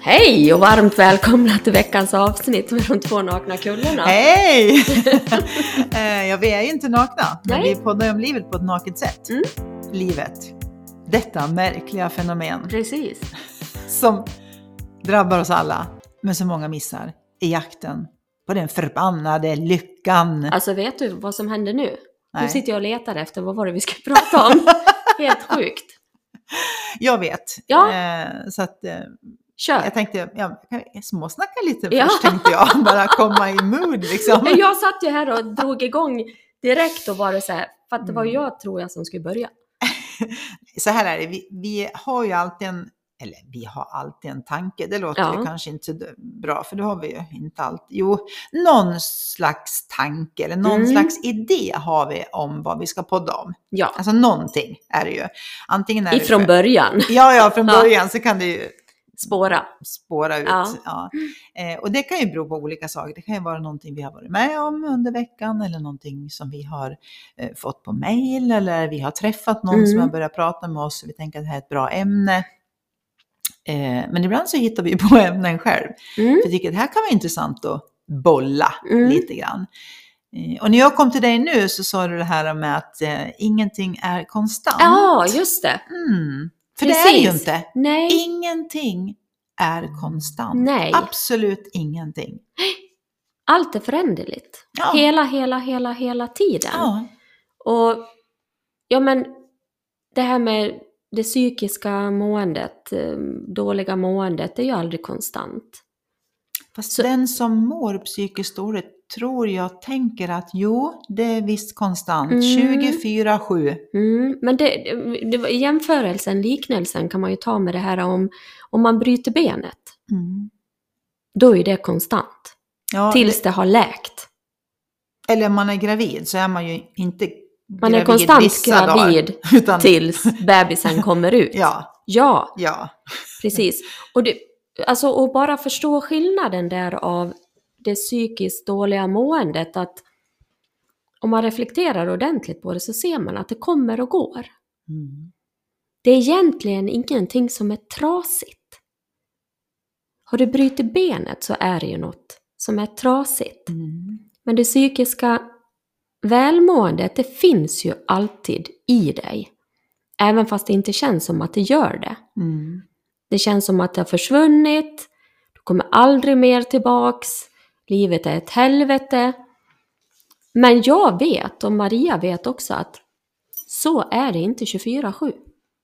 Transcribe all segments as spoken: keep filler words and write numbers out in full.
Hej och varmt välkomna till veckans avsnitt med de två nakna kullorna. Hej! Ja, vi är ju inte nakna, men Nej. vi poddar om livet på ett naket sätt. Mm. Livet. Detta märkliga fenomen Precis. som drabbar oss alla, men så många missar i jakten på den förbannade lyckan. Alltså vet du vad som händer nu? Nej. Nu sitter jag och letar efter vad var det vi ska prata om. Helt sjukt. Jag vet. Ja. Eh, så att... Eh, Kör. Jag tänkte, ja, kan jag småsnacka lite Ja. först tänkte jag. Bara komma i mood liksom. Jag satt ju här och drog igång direkt och bara så här. För att det var jag tror jag som skulle börja. Så här är det, vi, vi har ju alltid en, eller vi har alltid en tanke, det låter Ja. ju kanske inte bra för det har vi ju inte alltid. Jo, någon slags tanke eller någon Mm. slags idé har vi om vad vi ska podda om. Ja. Alltså någonting är det ju. Antingen är det Ifrån för, början. Ja, ja, från Ja. början så kan det ju Spåra. spåra ut. Ja. Ja. Eh, och det kan ju bero på olika saker. Det kan ju vara någonting vi har varit med om under veckan eller någonting som vi har eh, fått på mejl eller vi har träffat någon Mm. som har börjat prata med oss och vi tänker att det här är ett bra ämne. Eh, men ibland så hittar vi på ämnen själv. Mm. För jag tycker att det här kan vara intressant att bolla Mm. lite grann. Eh, och när jag kom till dig nu så sa du det här med att eh, ingenting är konstant. Ja, just det. Mm. För det är det ju Precis. inte. Nej. Ingenting är konstant. Nej. Absolut ingenting. Allt är föränderligt. Ja. Hela, hela, hela, hela tiden. Ja. Och ja men det här med det psykiska måendet, eh, dåliga måendet, det är ju aldrig konstant. Fast Så- den som mår psykiskt dåligt tror jag tänker att jo, det är visst konstant. Mm. tjugofyra sju. Mm, men det, det, var- jämförelsen, liknelsen kan man ju ta med det här om, om man bryter benet. Mm. Då är det konstant. Ja, Tills det har läkt. det, eller om man är gravid så är man ju inte Man är gravid konstant vissa gravid dagar, utan, tills bebisen kommer ut. Ja, Ja, ja. precis. Och, det, alltså, och bara förstå skillnaden där av det psykiskt dåliga måendet. Att om man reflekterar ordentligt på det så ser man att det kommer och går. Mm. Det är egentligen ingenting som är trasigt. Har du brutit benet så är det ju något som är trasigt. Mm. Men det psykiska välmåendet, det finns ju alltid i dig. Även fast det inte känns som att det gör det. Mm. Det känns som att det har försvunnit. Du kommer aldrig mer tillbaks. Livet är ett helvete. Men jag vet, och Maria vet också, att så är det inte tjugofyra sju.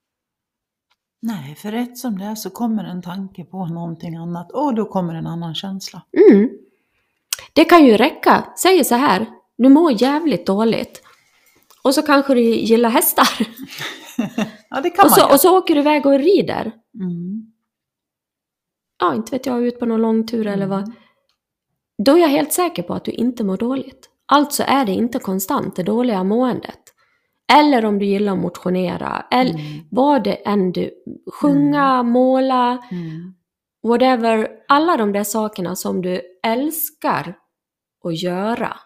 Nej, för rätt som det är så kommer en tanke på någonting annat och då kommer en annan känsla. Mm. Det kan ju räcka. Säg så här. Du mår jävligt dåligt. Och så kanske du gillar hästar. Ja, det kan Och man så, ju. och så åker du iväg och rider. Mm. Ja, inte vet jag, ut på någon lång tur eller vad. Mm. Då är jag helt säker på att du inte mår dåligt. Alltså är det inte konstant det dåliga måendet. Eller om du gillar att motionera. Eller Mm. vad det än du... Sjunga, måla, Mm. whatever. Alla de där sakerna som du älskar att göra.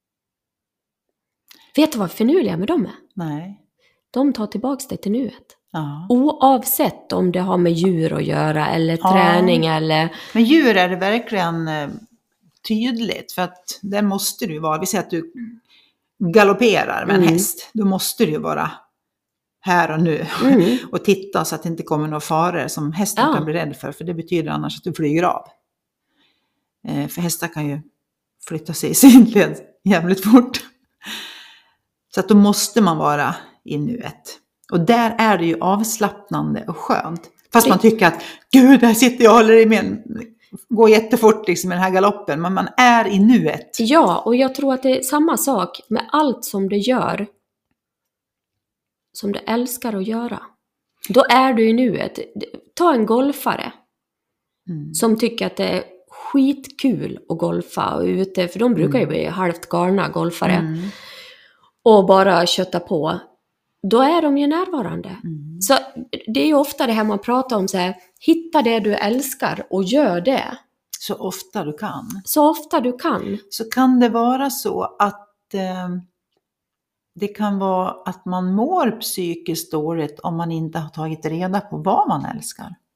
Vet du vad finurliga med dem är? Nej. De tar tillbaks dig till nuet. Ja. Oavsett om det har med djur att göra eller Ja. träning eller... Men djur är det verkligen eh, tydligt för att där måste du vara, vi säger att du galopperar med en Mm. häst, då måste du ju vara här och nu Mm. och titta så att det inte kommer några faror som hästen Ja. kan bli rädd för, för det betyder annars att du flyger av. Eh, för hästar kan ju flytta sig i sidled jävligt fort. Så att då måste man vara i nuet. Och där är det ju avslappnande och skönt. Fast man tycker att, gud, där sitter jag och håller i med, går jättefort liksom med den här galoppen. Men man är i nuet. Ja, och jag tror att det är samma sak med allt som du gör. Som du älskar att göra. Då är du i nuet. Ta en golfare. Mm. Som tycker att det är skitkul att golfa och ute. För de brukar ju bli halvt galna golfare. Mm. Och bara kötta på. Då är de ju närvarande. Mm. Så det är ju ofta det här man pratar om så här. Hitta det du älskar och gör det. Så ofta du kan. Så ofta du kan. Så kan det vara så att eh, det kan vara att man mår psykiskt dåligt om man inte har tagit reda på vad man älskar.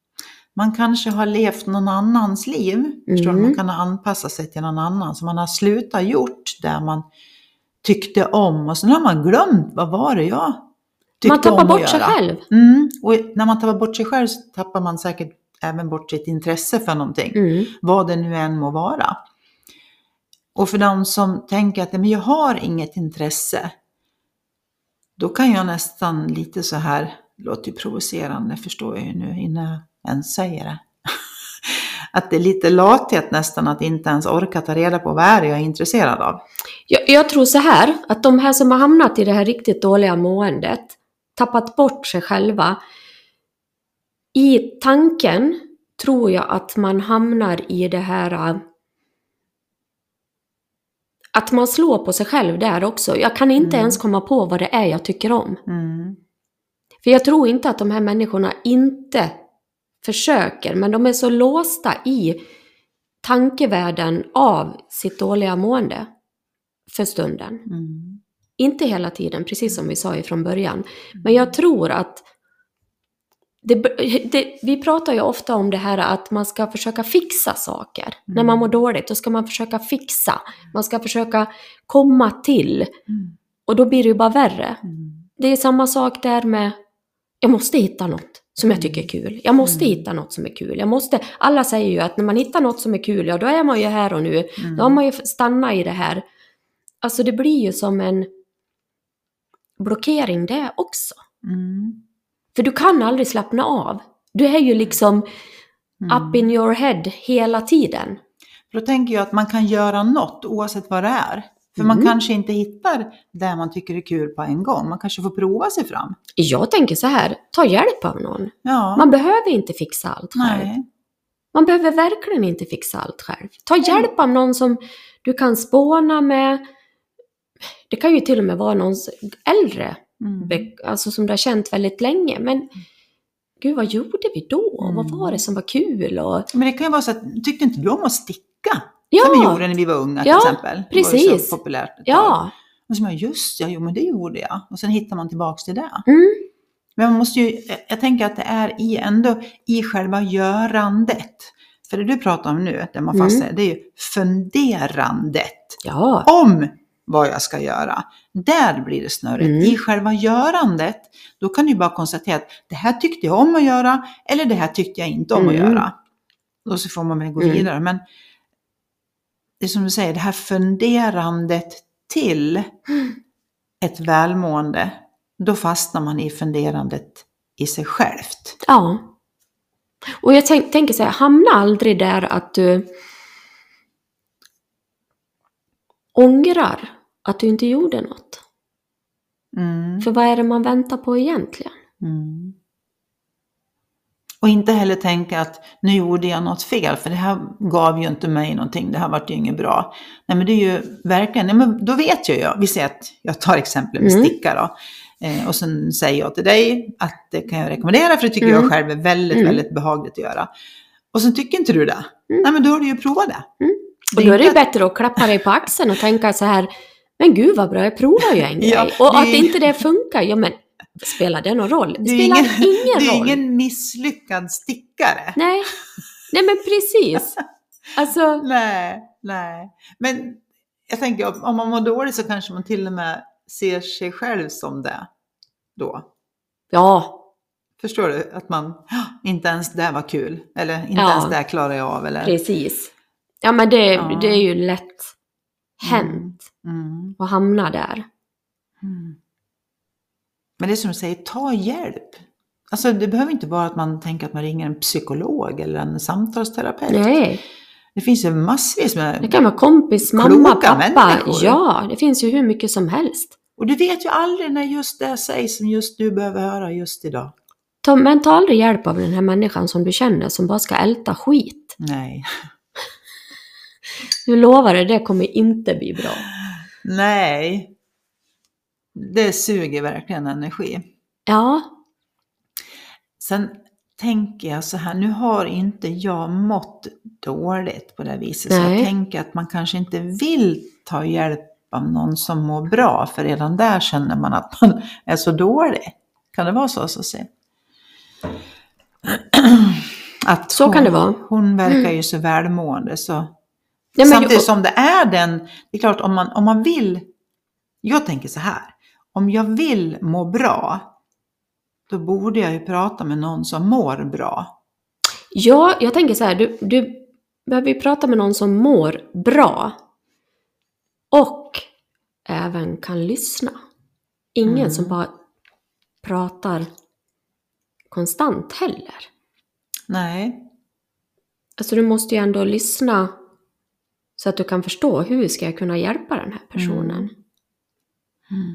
man kanske har levt någon annans liv. Mm. Förstår du? Man kan anpassa sig till någon annan. Så man har slutat gjort där man tyckte om. Och sen har man glömt, vad var det jag tyckte Man tappar om bort att sig göra. själv. Mm. Och när man tappar bort sig själv så tappar man säkert även bort sitt intresse för någonting. Mm. Vad det nu än må vara. Och för de som tänker att men jag har inget intresse. Då kan jag nästan lite så här, låter ju provocerande förstår jag ju nu innan jag ens säger det. Att det är lite lathet nästan att inte ens orka ta reda på vad är det jag är intresserad av. Jag, jag tror så här, att de här som har hamnat i det här riktigt dåliga måendet, tappat bort sig själva, i tanken tror jag att man hamnar i det här, att man slår på sig själv där också. Jag kan inte Mm. ens komma på vad det är jag tycker om. Mm. För jag tror inte att de här människorna inte försöker, men de är så låsta i tankevärlden av sitt dåliga mående för stunden. Mm. Inte hela tiden, precis som vi sa ifrån början. Men jag tror att det, det, vi pratar ju ofta om det här att man ska försöka fixa saker. Mm. När man mår dåligt, då ska man försöka fixa. Man ska försöka komma till. Mm. Och då blir det ju bara värre. Mm. Det är samma sak där med, jag måste hitta något som jag tycker är kul. Jag måste Mm. hitta något som är kul. Jag måste, alla säger ju att när man hittar något som är kul, ja då är man ju här och nu. Mm. Då har man ju stannat i det här. Alltså det blir ju som en blockering det också. Mm. För du kan aldrig slappna av. Du är ju liksom Mm. up in your head hela tiden. För då tänker jag att man kan göra något oavsett vad det är. För man Mm. kanske inte hittar det man tycker är kul på en gång. Man kanske får prova sig fram. Jag tänker så här, ta hjälp av någon. Ja. Man behöver inte fixa allt själv. Nej. Man behöver verkligen inte fixa allt själv. Ta hjälp av någon som du kan spåna med. Det kan ju till och med vara någons äldre. Mm. Alltså som du har känt väldigt länge. Men gud, vad gjorde vi då? Mm. Vad var det som var kul? Och... Men det kan ju vara så att, tyckte inte du om att sticka? Ja. Som vi gjorde när vi var unga till Ja, exempel. Det var ju precis. så populärt ett tag. Ja. Och så man, just ja, jo men det gjorde jag. Och sen hittar man tillbaks till det. Mm. Men man måste ju, jag tänker att det är i ändå i själva görandet. För det du pratar om nu, det man fast Mm. säger, det är ju funderandet. Ja. Om vad jag ska göra. Där blir det snurrigt. Mm. I själva görandet, då kan du bara konstatera att det här tyckte jag om att göra. Eller det här tyckte jag inte om att Mm. göra. Och så får man väl gå Mm. vidare. Men det är som du säger, det här funderandet till ett välmående. Då fastnar man i funderandet i sig självt. Ja. Och jag tänk, tänker så här, hamna aldrig där att du ångrar att du inte gjorde något. Mm. För vad är det man väntar på egentligen? Mm. Och inte heller tänka att nu gjorde jag något fel, för det här gav ju inte mig någonting, det här var ju inget bra. Nej men det är ju verkligen, nej, men då vet jag ju, vi säger att jag tar exempel med Mm. sticka då. Eh, och sen säger jag till dig att det kan jag rekommendera, för det tycker Mm. jag själv är väldigt, Mm. väldigt behagligt att göra. Och sen tycker inte du det. Mm. Nej men då har du ju provat det. Mm. Det Och då är det ju inte att- bättre att klappa dig på axeln och tänka så här, men gud vad bra, jag provar ju en grej. Ja, och det är- att inte det funkar, ja men spelar det någon roll? Det Du är spelar ingen, ingen du är roll. ingen misslyckad stickare. Nej. Nej men precis. Alltså, Nej, nej. Men jag tänker, om man mår dåligt så kanske man till och med ser sig själv som det då. ja. Förstår du? Att man, "Ah, inte ens det var kul. Eller inte Ja. ens det klarar jag av. Eller? Precis. Ja men det, Ja. det är ju lätt hänt Mm. att hamna där. Mm. Men det är som du säger, ta hjälp. Alltså det behöver inte vara att man tänker att man ringer en psykolog eller en samtalsterapeut. Nej, Det finns ju massvis med... det kan vara kompis, mamma, Kloka pappa. människor. Ja, det finns ju hur mycket som helst. Och du vet ju aldrig när just det sägs som just du behöver höra just idag. Ta, men ta aldrig hjälp av den här människan som du känner som bara ska älta skit. Nej. Nu lovar det, det kommer inte bli bra. Nej. Det suger verkligen energi. Ja, Sen tänker jag så här, nu har inte jag mått dåligt på det viset. Så Nej. jag tänker att man kanske inte vill ta hjälp av någon som mår bra. För redan där känner man att man är så dålig. Kan det vara så så att säga? Att Så hon, kan det vara. Hon verkar ju så välmående. Så. Nej, men Samtidigt jag- som det är den, det är klart om man, om man vill, jag tänker så här, om jag vill må bra, då borde jag ju prata med någon som mår bra. Ja, jag tänker så här, du, du behöver ju prata med någon som mår bra. Och även kan lyssna. Ingen Mm. som bara pratar konstant heller. Nej. Alltså du måste ju ändå lyssna så att du kan förstå hur ska jag kunna hjälpa den här personen. Mm. Mm.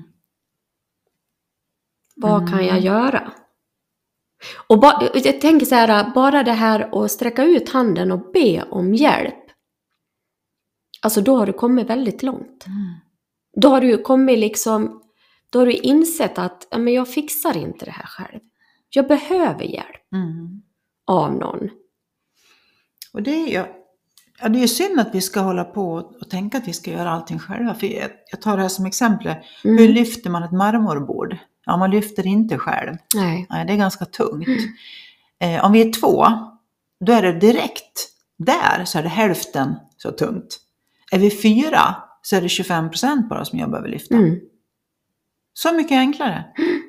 Vad Mm. kan jag göra? Och ba, jag tänker så här, bara det här att sträcka ut handen och be om hjälp. Alltså då har du kommit väldigt långt. Mm. Då har du kommit liksom, då har du insett att ja, men jag fixar inte det här själv. Jag behöver hjälp Mm. av någon. Och det är ju, ja, det är ju synd att vi ska hålla på och tänka att vi ska göra allting själva. För jag, jag tar det här som exempel. Mm. Hur lyfter man ett marmorbord? Ja, man lyfter inte själv. Nej. Nej, det är ganska tungt. Eh, om vi är två, då är det direkt där så är det hälften så tungt. Är vi fyra så är det tjugofem procent bara som jag behöver lyfta. Mm. Så mycket enklare.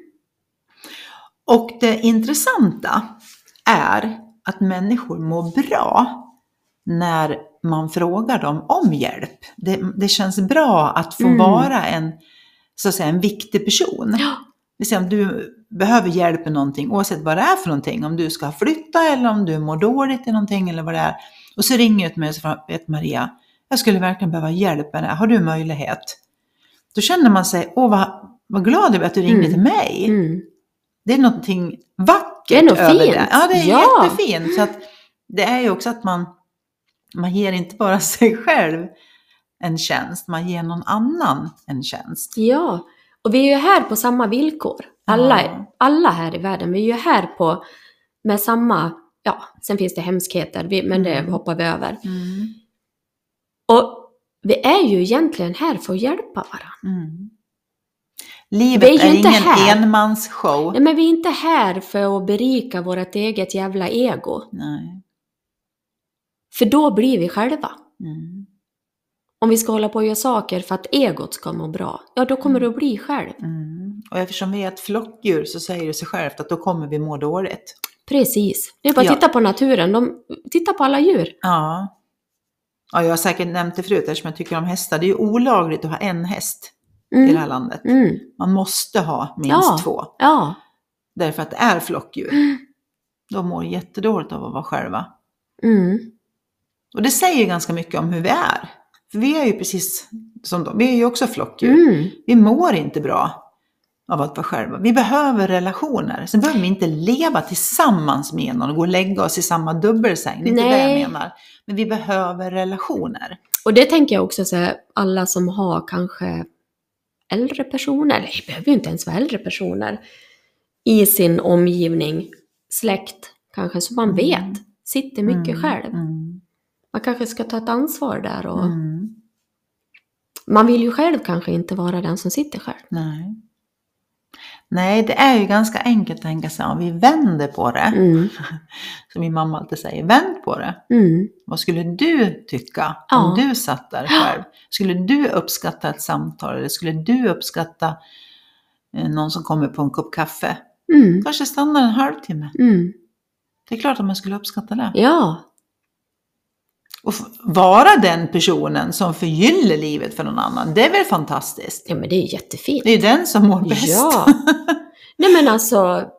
Och det intressanta är att människor mår bra när man frågar dem om hjälp. Det, det känns bra att få Mm. vara en, så att säga, en viktig person. Ja. Det vill säga om du behöver hjälp med någonting, oavsett vad det är för någonting. Om du ska flytta eller om du mår dåligt i någonting eller vad det är. Och så ringer ett mig och så vet Maria, jag skulle verkligen behöva hjälp med det. Har du möjlighet? Då känner man sig, åh vad, vad glad jag är att du ringde Mm. till mig. Mm. Det är någonting vackert Det är nog över fint. det. Ja, det är Ja. jättefint. Så att det är ju också att man, man ger inte bara sig själv en tjänst, man ger någon annan en tjänst. Ja, och vi är ju här på samma villkor. Alla, Ja. alla här i världen, vi är ju här på med samma, ja, sen finns det hemskheter, vi, men det Mm. hoppar vi över. Mm. Och vi är ju egentligen här för att hjälpa varandra. Mm. Livet Vi är är, ju inte ingen här. enmansshow. Nej, men vi är inte här för att berika vårt eget jävla ego. Nej. För då blir vi själva. Mm. Om vi ska hålla på och göra saker för att egot ska må bra, ja då kommer du att bli själv. Mm. Och eftersom vi är ett flockdjur så säger det sig självt att då kommer vi må dåligt. Precis. Det är bara att Ja. titta på naturen. De, titta på alla djur. Ja. Ja, jag har säkert nämnt det förut eftersom jag tycker om hästar. Det är ju olagligt att ha en häst i det här landet. Mm. Man måste ha minst Ja. två. Ja. Därför att det är flockdjur. Mm. De mår jättedåligt av att vara själva. Mm. Och det säger ganska mycket om hur vi är. För vi är ju precis som de. Vi är ju också flockdjur. Mm. Vi mår inte bra av att vara själva. Vi behöver relationer. Sen behöver vi inte leva tillsammans med någon och gå och lägga oss i samma dubbelsäng. Det är inte det Nej. jag menar. Men vi behöver relationer. Och det tänker jag också så här, alla som har kanske äldre personer, eller det behöver ju inte ens vara äldre personer, i sin omgivning, släkt kanske, som man Mm. vet sitter mycket Mm, själv. Mm. Man kanske ska ta ett ansvar där och Mm. man vill ju själv kanske inte vara den som sitter själv. Nej. Nej, det är ju ganska enkelt att tänka sig om vi vänder på det. Mm. Som min mamma alltid säger, vänd på det. Mm. Vad skulle du tycka Ja. om du satt där själv? Skulle du uppskatta ett samtal eller skulle du uppskatta eh, någon som kommer på en kopp kaffe? Mm. Kanske stannar en halvtimme. Mm. Det är klart att man skulle uppskatta det. Ja. Och f- vara den personen som förgyller livet för någon annan, det är väl fantastiskt? Ja, men det är jättefint. Det är ju den som mår bäst. Ja. Nej, men alltså,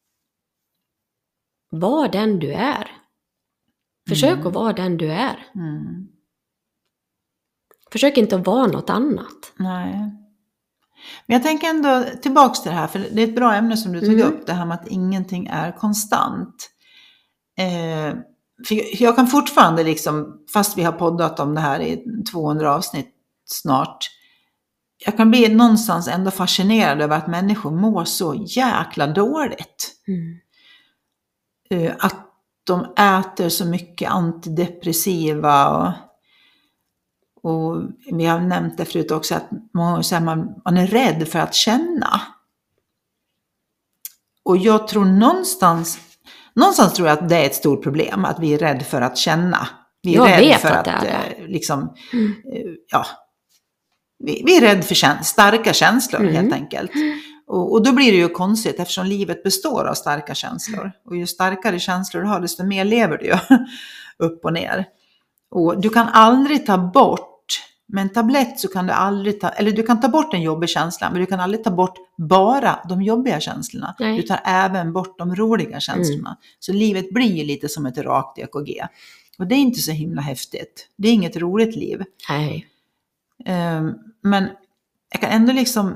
var den du är. Försök Mm. att vara den du är. Mm. Försök inte att vara något annat. Nej. Men jag tänker ändå tillbaks till det här, för det är ett bra ämne som du tog Mm. upp, det här med att ingenting är konstant. Eh, för jag kan fortfarande liksom, fast vi har poddat om det här i tvåhundra avsnitt snart, jag kan bli någonstans ändå fascinerad över att människor mår så jäkla dåligt. Mm. Eh, att de äter så mycket antidepressiva och Och vi har nämnt det förut också att man, så här, man, man är rädd för att känna. Och jag tror någonstans, Någonstans tror jag att det är ett stort problem, att vi är rädda för att känna. Vi är Jag rädda vet för att att, det är eh, liksom, eh, ja, vi, vi är rädda för käns- starka känslor Mm. helt enkelt. Och, och då blir det ju konstigt eftersom livet består av starka känslor. Och ju starkare känslor du har, desto mer lever du ju upp och ner. Och du kan aldrig ta bort, med en tablett så kan du aldrig ta, eller du kan ta bort en jobbig känsla, men du kan aldrig ta bort bara de jobbiga känslorna. Nej. Du tar även bort de roliga känslorna. Mm. Så livet blir ju lite som ett rakt E K G. Och det är inte så himla häftigt. Det är inget roligt liv. Nej. Um, men jag kan ändå liksom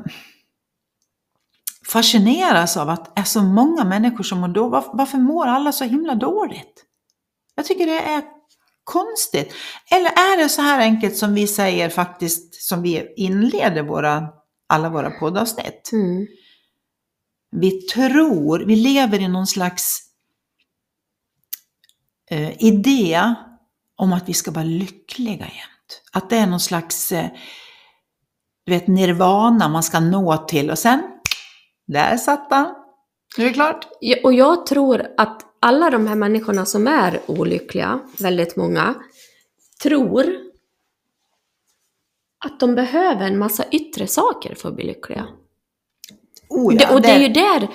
fascineras av att det är så många människor som mår då. Var, varför mår alla så himla dåligt? Jag tycker det är konstigt. Eller är det så här enkelt som vi säger faktiskt, som vi inleder våra, alla våra poddavsnitt? Mm. Vi tror, vi lever i någon slags eh, idé om att vi ska vara lyckliga jämt. Att det är någon slags eh, du vet, nirvana man ska nå till. Och sen, där satt han. Nu är det klart. Ja, och jag tror att alla de här människorna som är olyckliga, väldigt många, tror att de behöver en massa yttre saker för att bli lyckliga. Oh ja, det, och det, det är ju där,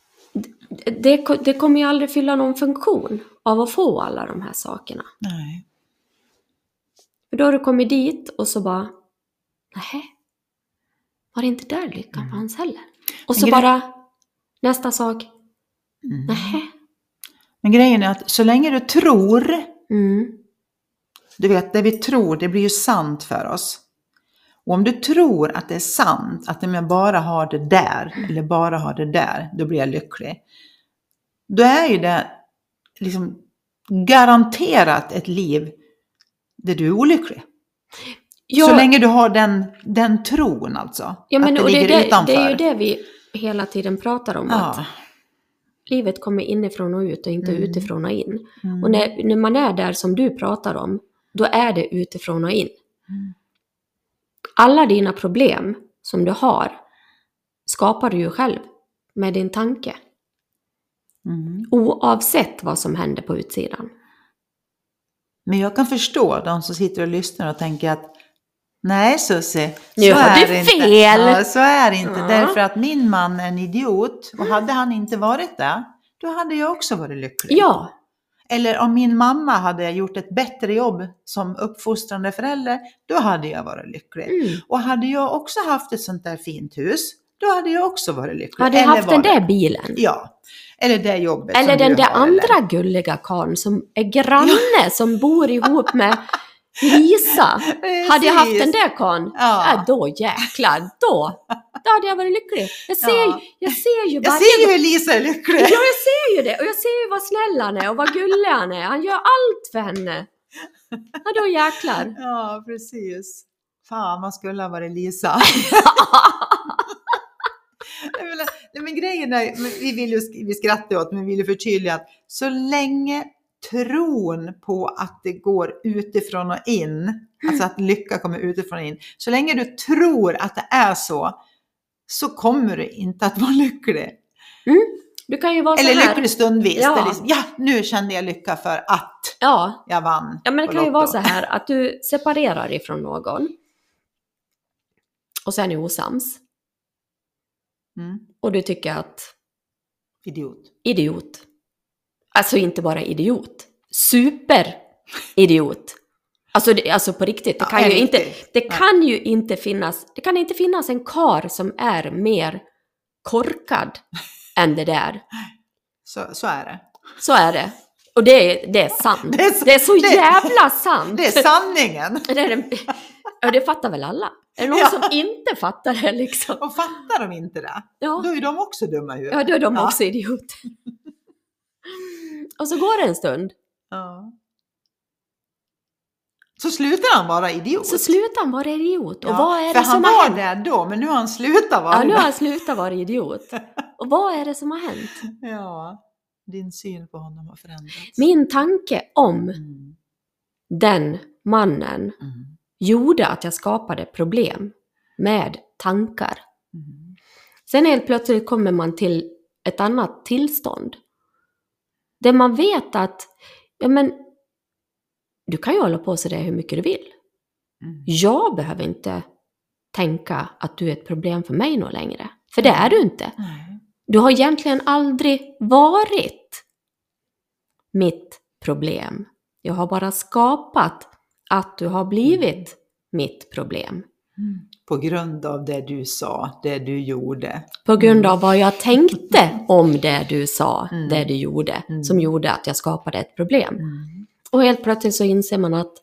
det, det kommer ju aldrig fylla någon funktion av att få alla de här sakerna. Nej. För då har du kommit dit och så bara, nej, var det inte där lyckan mm. fanns heller? Och så grej... bara, nästa sak, mm. nej. Men grejen är att så länge du tror, mm. du vet, det vi tror, det blir ju sant för oss. Och om du tror att det är sant, att om jag bara har det där, mm. eller bara har det där, då blir jag lycklig. Då är ju det liksom garanterat ett liv där du är olycklig. Ja. Så länge du har den, den tron alltså. Ja, men att det och ligger det, det, utanför. det är ju det vi hela tiden pratar om. Ja. Att livet kommer inifrån och ut och inte mm. utifrån och in. Mm. Och när, när man är där som du pratar om, då är det utifrån och in. Mm. Alla dina problem som du har skapar du ju själv med din tanke. Mm. Oavsett vad som händer på utsidan. Men jag kan förstå de som sitter och lyssnar och tänker att nej Susie, så nu har är du det fel. Inte. Ja, så är det inte. Ja. Därför att min man är en idiot. Och hade han inte varit det, då hade jag också varit lycklig. Ja. Eller om min mamma hade gjort ett bättre jobb som uppfostrande förälder, då hade jag varit lycklig. Mm. Och hade jag också haft ett sånt där fint hus, då hade jag också varit lycklig. Hade jag haft den där bilen. Ja. Eller det jobbet eller som den du där har, andra eller? granne karln som är granne, ja. Som bor ihop med Lisa. Hade jag haft den där karln, ja. Ja, då jäklar, då, då hade jag varit lycklig. Jag ser, ja. jag ser ju jag ser ju hur Lisa är lycklig. Ja, jag ser ju det. Och jag ser ju vad snäll han är och vad gullig han är. Han gör allt för henne. Ja, då jäklar. Ja, precis. Fan, man skulle ha varit Lisa. Nej, men grejen är, vi vill ju, vi skrattar åt, men vi vill ju förtydliga att så länge tron på att det går utifrån och in, alltså att lycka kommer utifrån och in, så länge du tror att det är så, så kommer du inte att vara lycklig. Mm. Du kan ju vara eller så här. lycklig stundvis. Ja. Liksom, ja, nu kände jag lycka för att ja. jag vann. Ja, men det kan ju vara så här att du separerar ifrån någon och sen är osams. Mm. Och du tycker att idiot. Idiot. Alltså inte bara idiot. Super idiot. Alltså, det, alltså på riktigt. Det kan, ja, ju, inte, det kan ju inte finnas. Det kan inte finnas en kar som är mer korkad än det där. Så, så är det. Så är det. Och det är, det är sant. Det är så, det är så det, jävla sant. Det är sanningen. Det är den, ja, det fattar väl alla. Är det någon ja. som inte fattar det liksom? Och fattar de inte det? Ja. Då är de också dumma ju. Ja, då är de ja. också idiot. Och så går det en stund. Ja. Så slutar han vara idiot. Så slutar han vara idiot. Och ja, vad är för det som han har var hänt? där då, men nu har han slutat vara. Ja, nu har han slutat vara idiot. Och vad är det som har hänt? Ja, din syn på honom har förändrats. Min tanke om mm. den mannen mm. gjorde att jag skapade problem med tankar. Mm. Sen helt plötsligt kommer man till ett annat tillstånd. Där man vet att ja, men, du kan ju hålla på så där hur mycket du vill. Mm. Jag behöver inte tänka att du är ett problem för mig något längre. För det är du inte. Nej. Du har egentligen aldrig varit mitt problem. Jag har bara skapat att du har blivit mitt problem. Mm. På grund av det du sa, det du gjorde. På grund av vad jag tänkte om det du sa, Mm. det du gjorde. Mm. Som gjorde att jag skapade ett problem. Mm. Och helt plötsligt så inser man att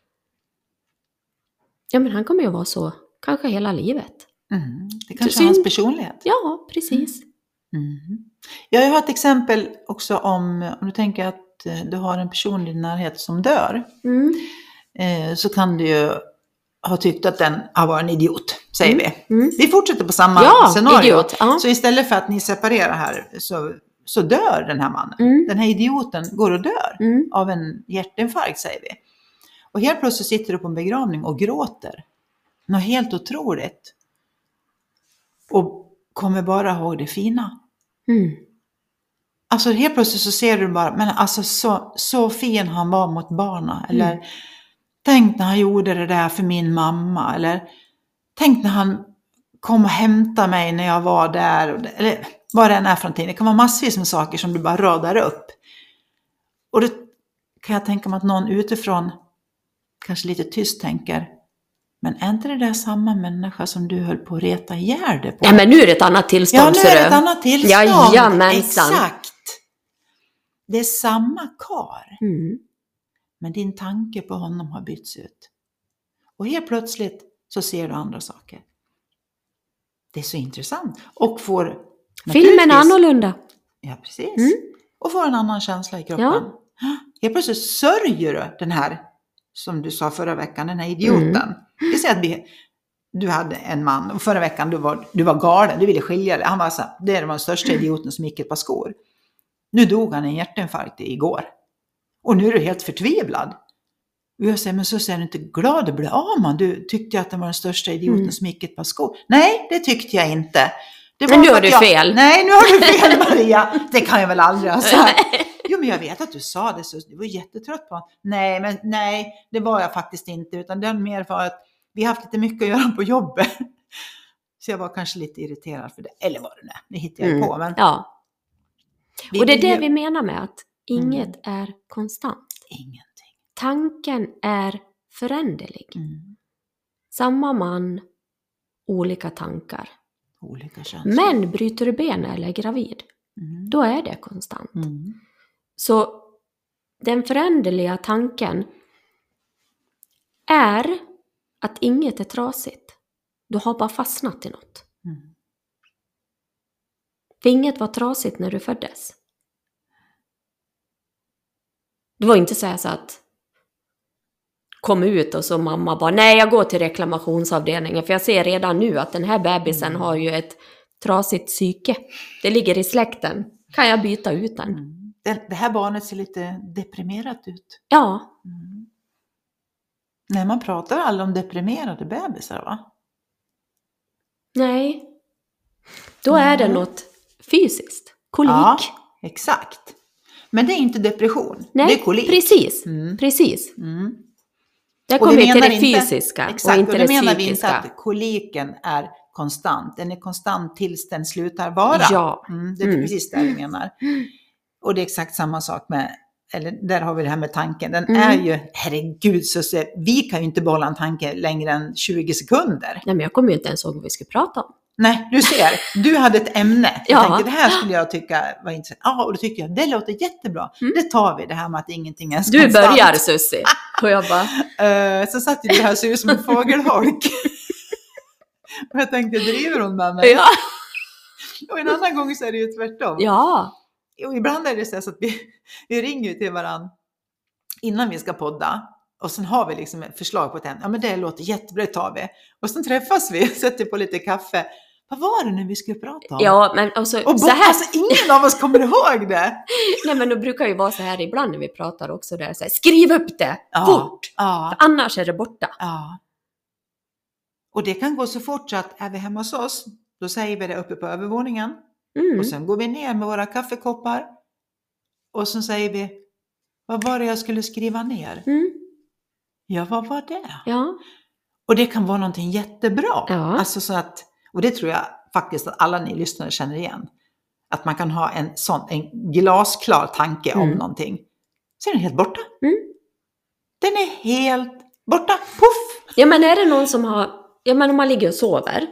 ja, men han kommer ju vara så kanske hela livet. Mm. Det kanske Synd. är hans personlighet. Ja, precis. Mm. Jag har ett exempel också om, om du tänker att eh, du har en person i din närhet som dör. Mm. Eh, så kan du ju ha tyckt att den har varit en idiot, säger Mm. vi. Mm. Vi fortsätter på samma Ja, scenario. idiot, ja. Så istället för att ni separerar här så, så dör den här mannen. Mm. Den här idioten går och dör Mm. av en hjärtinfarkt, säger vi. Och helt plötsligt sitter du på en begravning och gråter. Något helt otroligt. Och kommer bara ihåg det fina. Mm. Alltså helt plötsligt så ser du bara, men alltså så, så fin han var mot barnen. Eller Mm. tänk när han gjorde det där för min mamma. Eller tänk när han kom och hämtade mig när jag var där. Eller vad det än är för någonting. Det kan vara massvis med saker som du bara radar upp. Och då kan jag tänka mig att någon utifrån kanske lite tyst tänker, men är inte det där samma människa som du höll på att reta ihjäl det på? Ja, men nu är det ett annat tillstånd. Ja, nu är det ett annat tillstånd. Jajamensan. Exakt. Det är samma kar. Mm. Men din tanke på honom har bytts ut. Och helt plötsligt så ser du andra saker. Det är så intressant. Och får Filmen är annorlunda. Ja, precis. Mm. Och får en annan känsla i kroppen. Ja. Helt plötsligt sörjer du den här, som du sa förra veckan, den här idioten. Mm. Det säger att vi, du hade en man och förra veckan du var, du var galen, du ville skilja dig. Han var så här, det var den största idioten som gick ett par skor. Nu dog han i en hjärtinfarkt igår. Och nu är du helt förtvivlad. Och jag säger, men så ser du inte glad att bli av man. Du tyckte att det var den största idioten Mm. som gick ett par skor. Nej, det tyckte jag inte. Det Men nu för har att du jag, fel. Nej, nu har du fel Maria. Det kan jag väl aldrig ha sagt. Jo, men jag vet att du sa det, så du var jättetrött på honom. Nej, men nej, det var jag faktiskt inte. Utan det är mer för att vi har haft lite mycket att göra på jobbet. Så jag var kanske lite irriterad för det. Eller vad det nu är, det hittar jag Mm. på. Men Ja. vi Och det är vill det ju- vi menar med att inget är konstant. Ingenting. Tanken är föränderlig. Mm. Samma man, olika tankar. Olika känslor. Men bryter du benet eller är gravid, Mm. då är det konstant. Mm. Så den föränderliga tanken är att inget är trasigt. Du har bara fastnat i något. Mm. För inget var trasigt när du föddes. Det var inte så här så att kom ut och så mamma bara, nej jag går till reklamationsavdelningen för jag ser redan nu att den här bebisen Mm. har ju ett trasigt psyke. Det ligger i släkten. Kan jag byta ut den? Mm. Det, det här barnet ser lite deprimerat ut. Ja, Mm. Nej, man pratar aldrig om deprimerade bebisar, va? nej. Då är det Mm. något fysiskt. Kolik. Ja, exakt. Men det är inte depression. nej, det är kolik. precis. Mm. Precis. Mm. Där Och vi kommer vi till menar det inte- fysiska Exakt, och inte och det då menar vi psykiska. inte att koliken är konstant. Den är konstant tills den slutar vara. Ja. Mm, det är Mm. precis det vi menar. Och det är exakt samma sak med, eller där har vi det här med tanken. Den Mm. är ju, herregud, så se, vi kan ju inte behålla en tanke längre än tjugo sekunder. Nej, men jag kommer ju inte ens ihåg vad vi skulle prata om. Nej, du ser, du hade ett ämne. Jag Ja. tänkte, det här skulle jag tycka var intressant. Ja, och då tycker jag, det låter jättebra. Mm. Det tar vi, det här med att ingenting är Du konstant. börjar, Sussi. Och jag bara, Eh, så satt ju det här ser ut som en fågelholk. Och jag tänkte, driver hon med mig? ja. Och en annan gång så är det ju tvärtom. Ja. Och ibland är det så att vi, vi ringer ju till varandra innan vi ska podda. Och sen har vi liksom ett förslag på ett ämne. Ja, men det låter jättebra, det tar vi. Och sen träffas vi, sätter på lite kaffe. Vad var det nu vi skulle prata om? Ja, men alltså, Och så bo- här. alltså, ingen av oss kommer ihåg det. Nej, men det brukar ju vara så här ibland när vi pratar också där. Så här, skriv upp det Ja. fort. Ja, För annars är det borta. ja. Och det kan gå så fort så att är vi hemma hos oss, då säger vi det uppe på övervåningen. Mm. Och sen går vi ner med våra kaffekoppar. Och så säger vi, vad var det jag skulle skriva ner? Mm. Ja, vad var det? Ja. Och det kan vara någonting jättebra. Ja. Alltså så att, och det tror jag faktiskt att alla ni lyssnare känner igen. Att man kan ha en sån, en glasklar tanke om Mm. någonting. Så är den helt borta. Mm. Den är helt borta. Puff! Ja, men är det någon som har... Ja, men om man ligger och sover.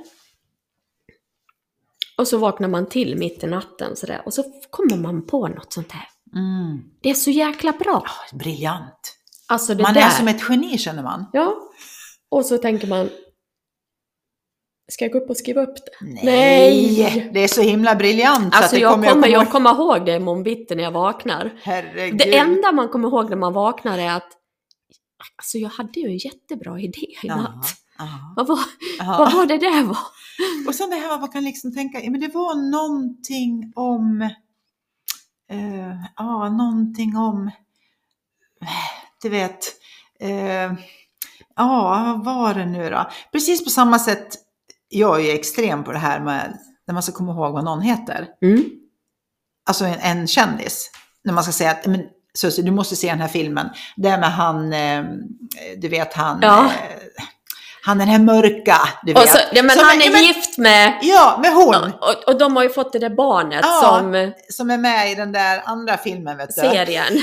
Och så vaknar man till mitt i natten sådär. Och så kommer man på något sånt här. Mm. Det är så jäkla bra. Ja, briljant. Alltså det Man där. är som ett geni, känner man. Ja. Och så tänker man... Ska jag gå upp och skriva upp det? Nej! Det är så himla briljant. Så Alltså att det jag kommer kommer jag jag kommer ihåg det imorgon bitti när jag vaknar. Herregud. Det enda man kommer ihåg när man vaknar är att... Alltså jag hade ju en jättebra idé i Ja, natt. ja, Vad var, ja. vad var det där var? Och sen det här, man kan liksom tänka, ja, men det var någonting om, eh, ja, någonting om, du vet, eh, ja, vad var det nu då? Precis på samma sätt, jag är ju extrem på det här med, när man ska komma ihåg vad någon heter. Mm. Alltså en, en kändis. När man ska säga att, men Susie, du måste se den här filmen. Det är med han, eh, du vet han... Ja. Eh, han den här mörka, du Och vet. så, ja, men Som han är men, gift med... Ja, med hon. Och, och de har ju fått det där barnet Ja, som... som är med i den där andra filmen, vet du. Serien.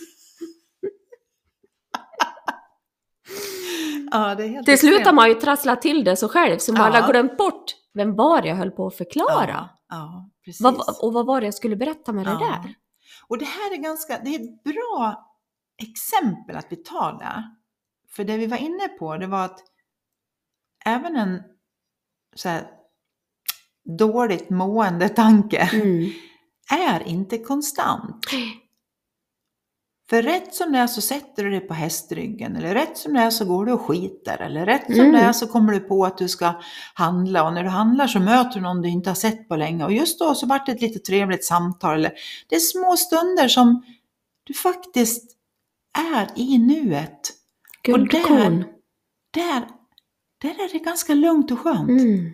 Ja, det är helt Till slut har extremt. man ju trasslat till det så själv. Så man Ja. har glömt bort vem var det jag höll på att förklara. Ja, ja, precis. Vad, och vad var det jag skulle berätta med det Ja. där? Och det här är ganska, det är ett bra exempel att vi tar det. För det vi var inne på, det var att även en så här dåligt mående tanke Mm. är inte konstant. För rätt som det är så sätter du dig på hästryggen, eller rätt som det är så går du och skiter, eller rätt som Mm. det är så kommer du på att du ska handla, och när du handlar så möter du någon du inte har sett på länge, och just då så vart det ett lite trevligt samtal. Eller, det är små stunder som du faktiskt är i nuet. Guldkorn. Där, där är det ganska lugnt och skönt. Mm.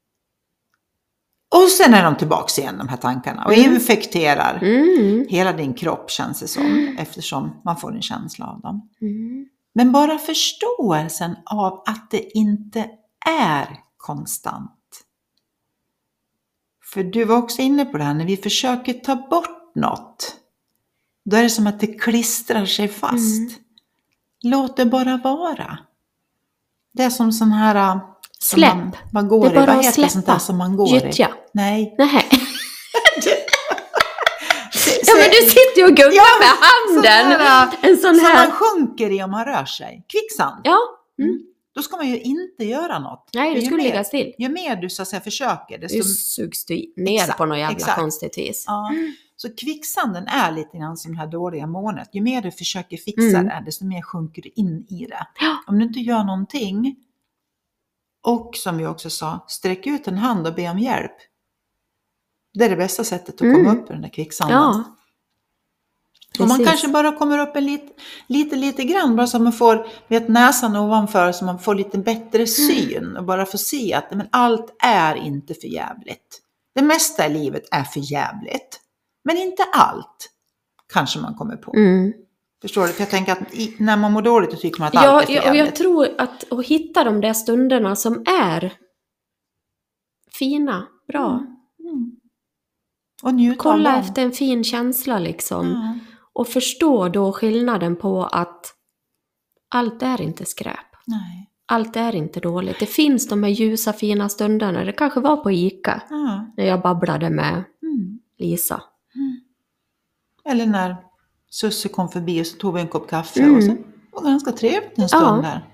Och sen är de tillbaka igen, de här tankarna, och Mm. infekterar Mm. hela din kropp, känns det som, eftersom man får en känsla av dem. Mm. Men bara förståelsen av att det inte är konstant. För du var också inne på det här, när vi försöker ta bort något, då är det som att det klistrar sig fast. Mm. Låt det bara vara. Det är som sån här... som Släpp. Man, man går Det är i. bara Vad att heter sånt där släppa. som man går Gyttja. i? Nej. Nej. Ja, men du sitter ju och gungar Ja, med handen. sån här, en sån som här. man sjunker i om man rör sig. Kvicksand. Ja. Mm. Då ska man ju inte göra något. Nej, För du ju skulle mer- ligga still. Ju mer du så att säga försöker, desto... Du sugs du ner Exakt, på något jävla exakt. konstigt vis. Ja. Så kvicksanden är lite grann som det här dåliga månet. Ju mer du försöker fixa Mm. det, desto mer sjunker du in i det. Ja. Om du inte gör någonting, och som vi också sa, sträck ut en hand och be om hjälp. Det är det bästa sättet att Mm. komma upp ur den där kvicksanden. Ja. Och man Precis. kanske bara kommer upp en lite, lite, lite grann, bara så att man får, vet, näsan ovanför, så man får lite bättre syn och bara får se att men allt är inte för jävligt. Det mesta i livet är för jävligt, men inte allt, kanske man kommer på. Mm. Förstår du? För jag tänker att i, när man mår dåligt så tycker man att Ja, allt är för ja, och jag jävligt. tror att att hitta de där stunderna som är fina, bra. Mm. Mm. Och njuta Kolla av dem. efter en fin känsla liksom. Mm. Och förstå då skillnaden på att allt är inte skräp. Nej. Allt är inte dåligt. Det finns de här ljusa fina stunderna. Det kanske var på Ica Ja. när jag babblade med Mm. Lisa. Eller när Susse kom förbi och så tog vi en kopp kaffe. Mm. Och så var det ganska trevligt en stund Ja. där.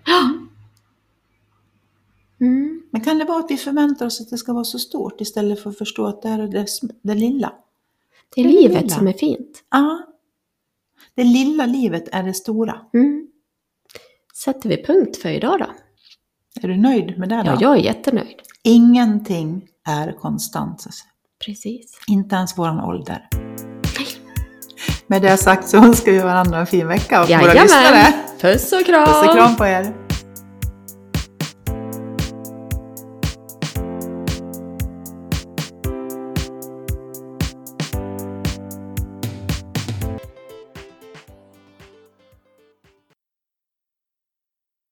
Mm. Men kan det vara att vi förväntar oss att det ska vara så stort istället för att förstå att det är det, det lilla? Det är Det är livet lilla. som är fint. Ja. Det lilla livet är det stora. Mm. Sätter vi punkt för idag då? Är du nöjd med det då? Ja, jag är jättenöjd. Ingenting är konstant. Susse. Precis. Inte ens våran ålder. Med det sagt så önskar vi varandra en fin vecka och våra lyssnare. Puss och kram! Puss och kram på er.